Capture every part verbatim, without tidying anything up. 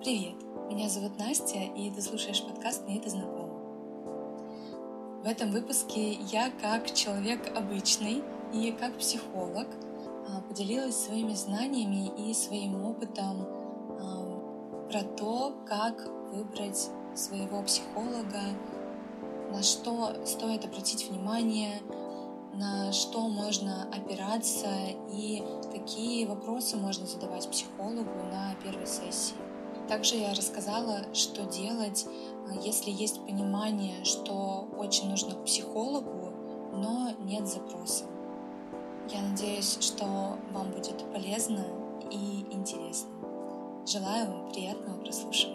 Привет, меня зовут Настя, и ты слушаешь подкаст «Мне это знакомо». В этом выпуске я, как человек обычный и как психолог, поделилась своими знаниями и своим опытом про то, как выбрать своего психолога, на что стоит обратить внимание, на что можно опираться и какие вопросы можно задавать психологу на первой сессии. Также я рассказала, что делать, если есть понимание, что очень нужно к психологу, но нет запроса. Я надеюсь, что вам будет полезно и интересно. Желаю вам приятного прослушивания.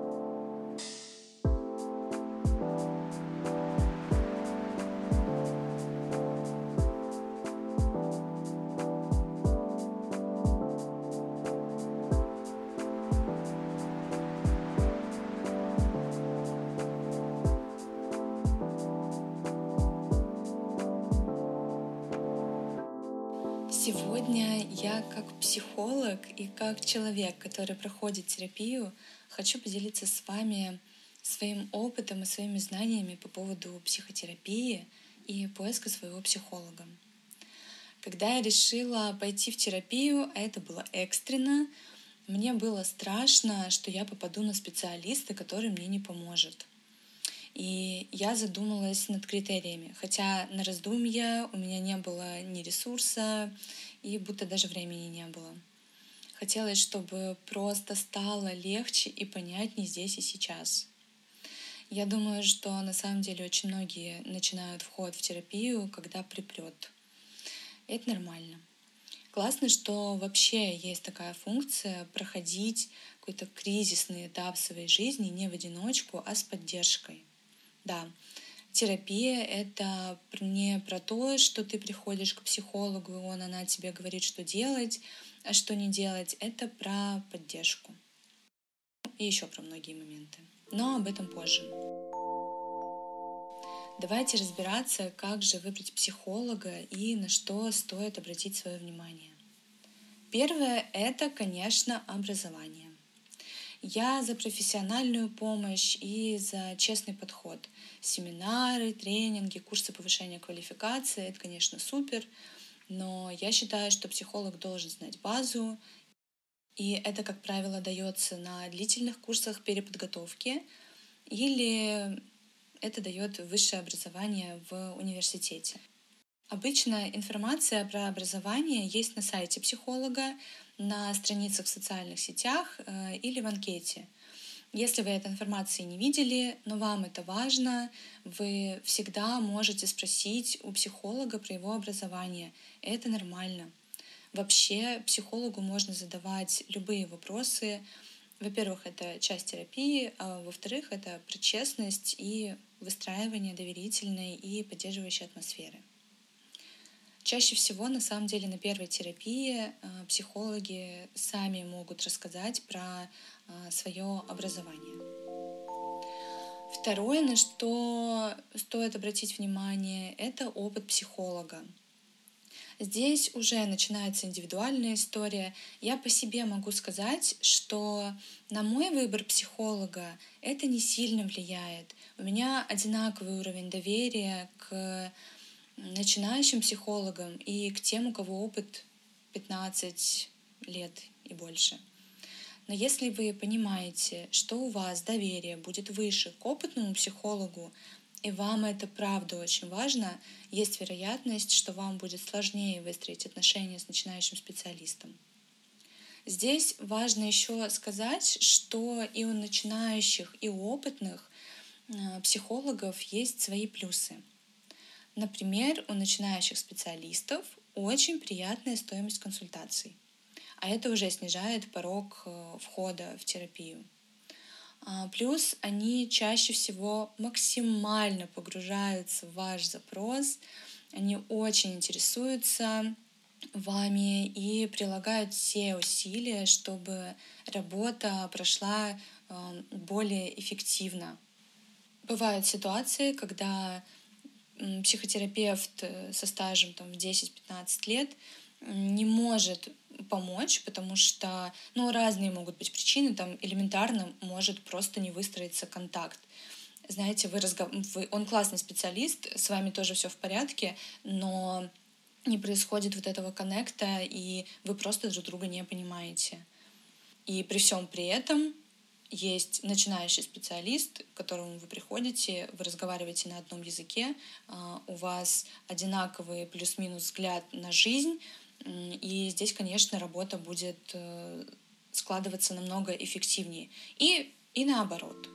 Сегодня я как психолог и как человек, который проходит терапию, хочу поделиться с вами своим опытом и своими знаниями по поводу психотерапии и поиска своего психолога. Когда я решила пойти в терапию, а это было экстренно, мне было страшно, что я попаду на специалиста, который мне не поможет. И я задумалась над критериями, хотя на раздумья у меня не было ни ресурса, и будто даже времени не было. Хотелось, чтобы просто стало легче и понятнее здесь и сейчас. Я думаю, что на самом деле очень многие начинают вход в терапию, когда припрет. Это нормально. Классно, что вообще есть такая функция проходить какой-то кризисный этап своей жизни не в одиночку, а с поддержкой. Да, терапия — это не про то, что ты приходишь к психологу, и он, она тебе говорит, что делать, а что не делать. Это про поддержку. И еще про многие моменты. Но об этом позже. Давайте разбираться, как же выбрать психолога и на что стоит обратить свое внимание. Первое — это, конечно, образование. Я за профессиональную помощь и за честный подход. Семинары, тренинги, курсы повышения квалификации — это, конечно, супер, но я считаю, что психолог должен знать базу, и это, как правило, дается на длительных курсах переподготовки или это дает высшее образование в университете. Обычно информация про образование есть на сайте психолога, на страницах в социальных сетях э, или в анкете. Если вы этой информации не видели, но вам это важно, вы всегда можете спросить у психолога про его образование. Это нормально. Вообще психологу можно задавать любые вопросы. Во-первых, это часть терапии, а во-вторых, это про честность и выстраивание доверительной и поддерживающей атмосферы. Чаще всего, на самом деле, на первой терапии психологи сами могут рассказать про свое образование. Второе, на что стоит обратить внимание, это опыт психолога. Здесь уже начинается индивидуальная история. Я по себе могу сказать, что на мой выбор психолога это не сильно влияет. У меня одинаковый уровень доверия к начинающим психологам и к тем, у кого опыт пятнадцать лет и больше. Но если вы понимаете, что у вас доверие будет выше к опытному психологу, и вам это правда очень важно, есть вероятность, что вам будет сложнее выстроить отношения с начинающим специалистом. Здесь важно еще сказать, что и у начинающих, и у опытных психологов есть свои плюсы. Например, у начинающих специалистов очень приятная стоимость консультаций, а это уже снижает порог входа в терапию. Плюс они чаще всего максимально погружаются в ваш запрос, они очень интересуются вами и прилагают все усилия, чтобы работа прошла более эффективно. Бывают ситуации, когда психотерапевт со стажем там, в десять-пятнадцать лет не может помочь, потому что, ну, разные могут быть причины, там элементарно может просто не выстроиться контакт. Знаете, вы разгов... вы... он классный специалист, с вами тоже все в порядке, но не происходит вот этого коннекта, и вы просто друг друга не понимаете. И при всем при этом есть начинающий специалист, к которому вы приходите, вы разговариваете на одном языке, у вас одинаковый плюс-минус взгляд на жизнь, и здесь, конечно, работа будет складываться намного эффективнее. И, и наоборот.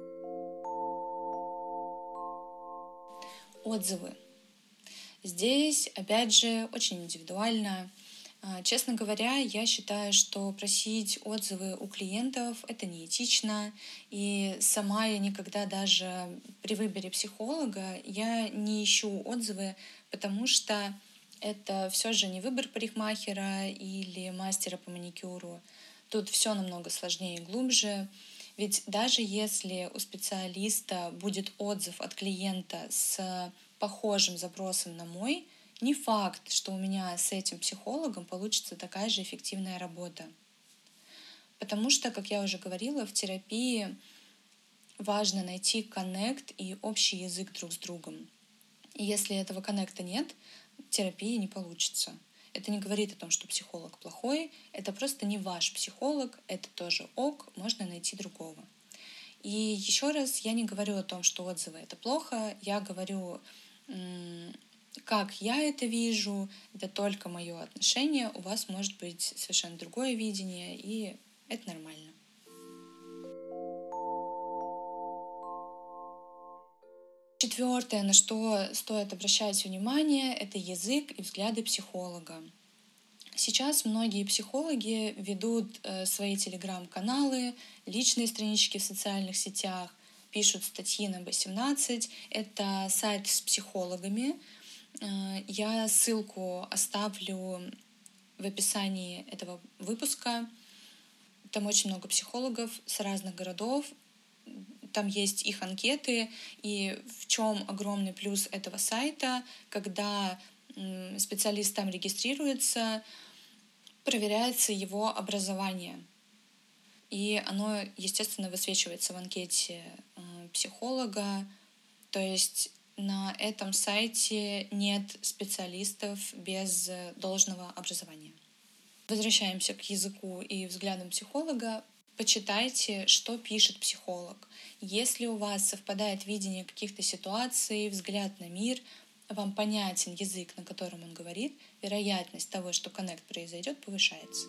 Отзывы. Здесь, опять же, очень индивидуально. Честно говоря, я считаю, что просить отзывы у клиентов — это неэтично. И сама я никогда даже при выборе психолога я не ищу отзывы, потому что это все же не выбор парикмахера или мастера по маникюру. Тут все намного сложнее и глубже. Ведь даже если у специалиста будет отзыв от клиента с похожим запросом на мой, не факт, что у меня с этим психологом получится такая же эффективная работа. Потому что, как я уже говорила, в терапии важно найти коннект и общий язык друг с другом. И если этого коннекта нет, терапии не получится. Это не говорит о том, что психолог плохой, это просто не ваш психолог, это тоже ок, можно найти другого. И еще раз, я не говорю о том, что отзывы — это плохо, я говорю, как я это вижу, это только мое отношение, у вас может быть совершенно другое видение, и это нормально. Четвертое, на что стоит обращать внимание, это язык и взгляды психолога. Сейчас многие психологи ведут свои телеграм-каналы, личные странички в социальных сетях, пишут статьи на бэ семнадцать. Это сайт с психологами. Я ссылку оставлю в описании этого выпуска. Там очень много психологов с разных городов. Там есть их анкеты. И в чем огромный плюс этого сайта, когда специалист там регистрируется, проверяется его образование. И оно, естественно, высвечивается в анкете психолога. То есть на этом сайте нет специалистов без должного образования. Возвращаемся к языку и взглядам психолога. Почитайте, что пишет психолог. Если у вас совпадает видение каких-то ситуаций, взгляд на мир, вам понятен язык, на котором он говорит, вероятность того, что коннект произойдет, повышается.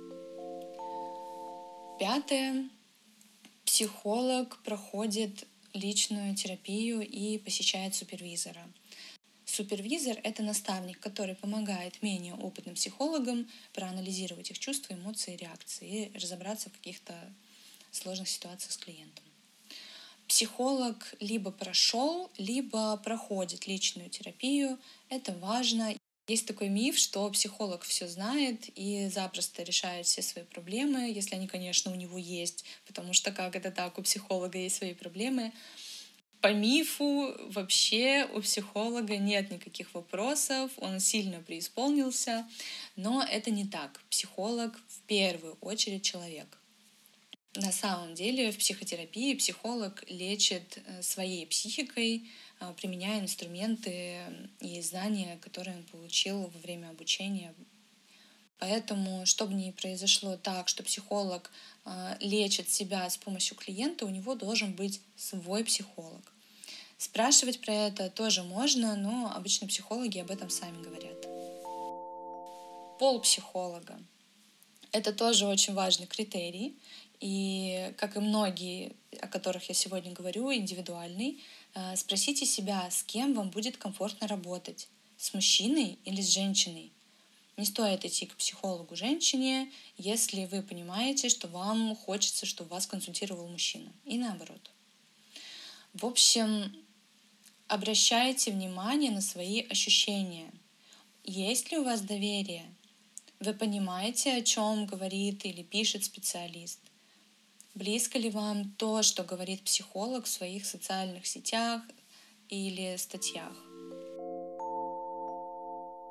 Пятое. Психолог проходит личную терапию и посещает супервизора. Супервизор — это наставник, который помогает менее опытным психологам проанализировать их чувства, эмоции, реакции и разобраться в каких-то сложных ситуациях с клиентом. Психолог либо прошел, либо проходит личную терапию. Это важно. Есть такой миф, что психолог все знает и запросто решает все свои проблемы, если они, конечно, у него есть, потому что как это так, у психолога есть свои проблемы. По мифу вообще у психолога нет никаких вопросов, он сильно преисполнился, но это не так. Психолог в первую очередь человек. На самом деле в психотерапии психолог лечит своей психикой, применяя инструменты и знания, которые он получил во время обучения. Поэтому, чтобы не произошло так, что психолог лечит себя с помощью клиента, у него должен быть свой психолог. Спрашивать про это тоже можно, но обычно психологи об этом сами говорят. Пол психолога. Это тоже очень важный критерий. И, как и многие, о которых я сегодня говорю, индивидуальный, спросите себя, с кем вам будет комфортно работать, с мужчиной или с женщиной. Не стоит идти к психологу женщине, если вы понимаете, что вам хочется, чтобы вас консультировал мужчина. И наоборот. В общем, обращайте внимание на свои ощущения. Есть ли у вас доверие? Вы понимаете, о чем говорит или пишет специалист? Близко ли вам то, что говорит психолог в своих социальных сетях или статьях?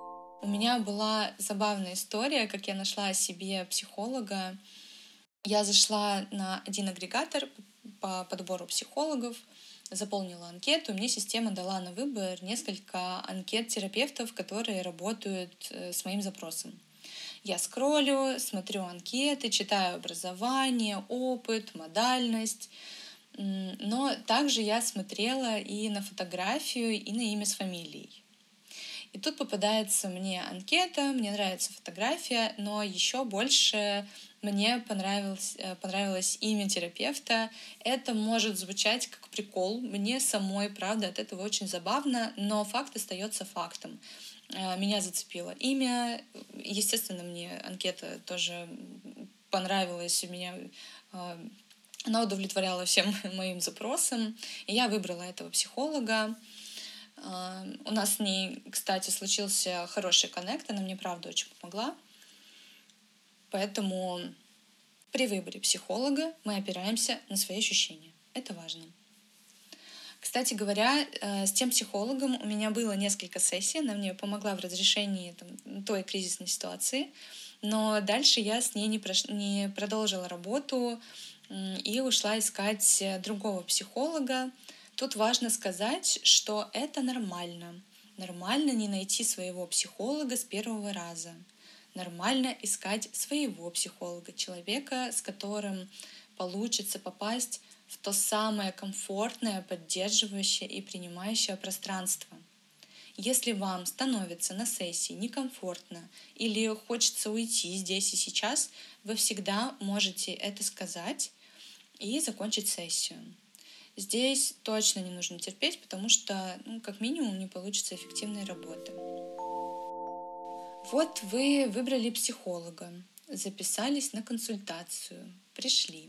У меня была забавная история, как я нашла себе психолога. Я зашла на один агрегатор по подбору психологов, заполнила анкету, и мне система дала на выбор несколько анкет терапевтов, которые работают э, с моим запросом. Я скроллю, смотрю анкеты, читаю образование, опыт, модальность. М, Но также я смотрела и на фотографию, и на имя с фамилией. И тут попадается мне анкета, мне нравится фотография, но еще больше мне понравилось, э, понравилось имя терапевта. Это может звучать как прикол. Мне самой, правда, от этого очень забавно, но факт остается фактом. Э, Меня зацепило имя. Естественно, мне анкета тоже понравилась. У меня э, она удовлетворяла всем моим запросам. И я выбрала этого психолога. А, У нас с ней, кстати, случился хороший коннект, она мне, правда, очень помогла. Поэтому при выборе психолога мы опираемся на свои ощущения. Это важно. Кстати говоря, э, с тем психологом у меня было несколько сессий, она мне помогла в разрешении там, той кризисной ситуации, но дальше я с ней не, прош... не продолжила работу м, и ушла искать э, другого психолога. Тут важно сказать, что это нормально. Нормально не найти своего психолога с первого раза. Нормально искать своего психолога, человека, с которым получится попасть в то самое комфортное, поддерживающее и принимающее пространство. Если вам становится на сессии некомфортно или хочется уйти здесь и сейчас, вы всегда можете это сказать и закончить сессию. Здесь точно не нужно терпеть, потому что, ну, как минимум, не получится эффективной работы. Вот вы выбрали психолога, записались на консультацию, пришли.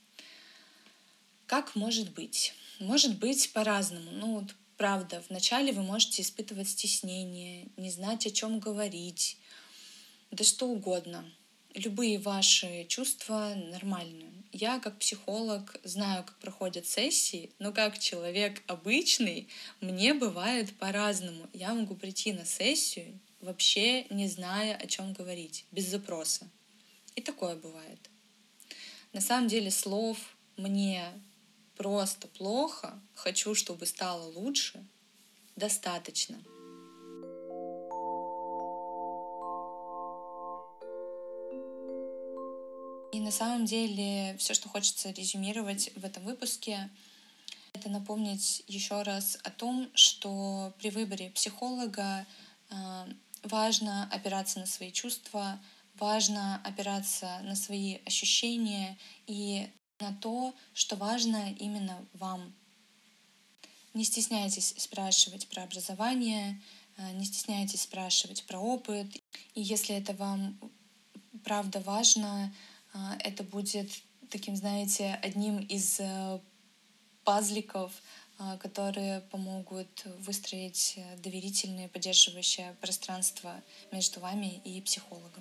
Как может быть? Может быть по-разному. Ну, вот правда, вначале вы можете испытывать стеснение, не знать, о чем говорить, да что угодно. Любые ваши чувства нормальны. Я, как психолог, знаю, как проходят сессии, но как человек обычный, мне бывает по-разному. Я могу прийти на сессию, вообще не зная, о чем говорить, без запроса. И такое бывает. На самом деле слов «мне просто плохо», «хочу, чтобы стало лучше» достаточно. И на самом деле все, что хочется резюмировать в этом выпуске, это напомнить еще раз о том, что при выборе психолога э, важно опираться на свои чувства, важно опираться на свои ощущения и на то, что важно именно вам. Не стесняйтесь спрашивать про образование, э, не стесняйтесь спрашивать про опыт. И если это вам правда важно, э, это будет таким, знаете, одним из э, пазликов, э, которые помогут выстроить э, доверительное, поддерживающее пространство между вами и психологом.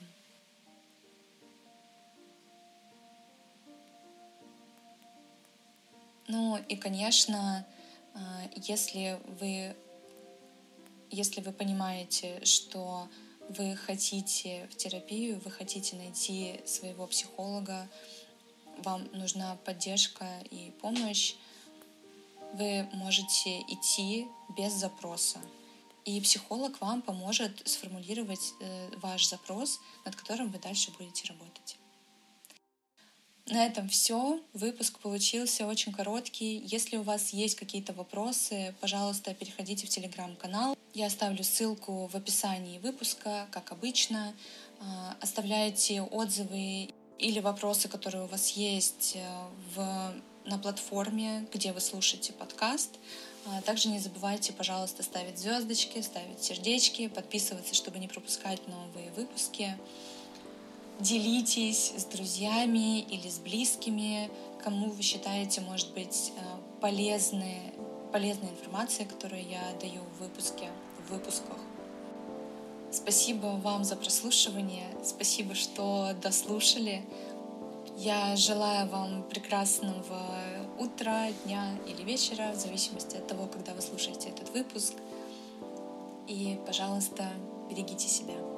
Ну и, конечно, э, если вы, если вы понимаете, что вы хотите в терапию, вы хотите найти своего психолога, вам нужна поддержка и помощь, вы можете идти без запроса. И психолог вам поможет сформулировать э, ваш запрос, над которым вы дальше будете работать. На этом все. Выпуск получился очень короткий. Если у вас есть какие-то вопросы, пожалуйста, переходите в телеграм-канал. Я оставлю ссылку в описании выпуска, как обычно. А, Оставляйте отзывы или вопросы, которые у вас есть э, в, на платформе, где вы слушаете подкаст. А Также не забывайте, пожалуйста, ставить звездочки, ставить сердечки, подписываться, чтобы не пропускать новые выпуски. Делитесь с друзьями или с близкими, кому вы считаете, может быть, э, полезные, полезная информация, которую я даю в выпуске, в выпусках. Спасибо вам за прослушивание, спасибо, что дослушали. Я желаю вам прекрасного утра, дня или вечера, в зависимости от того, когда вы слушаете этот выпуск. И, пожалуйста, Берегите себя.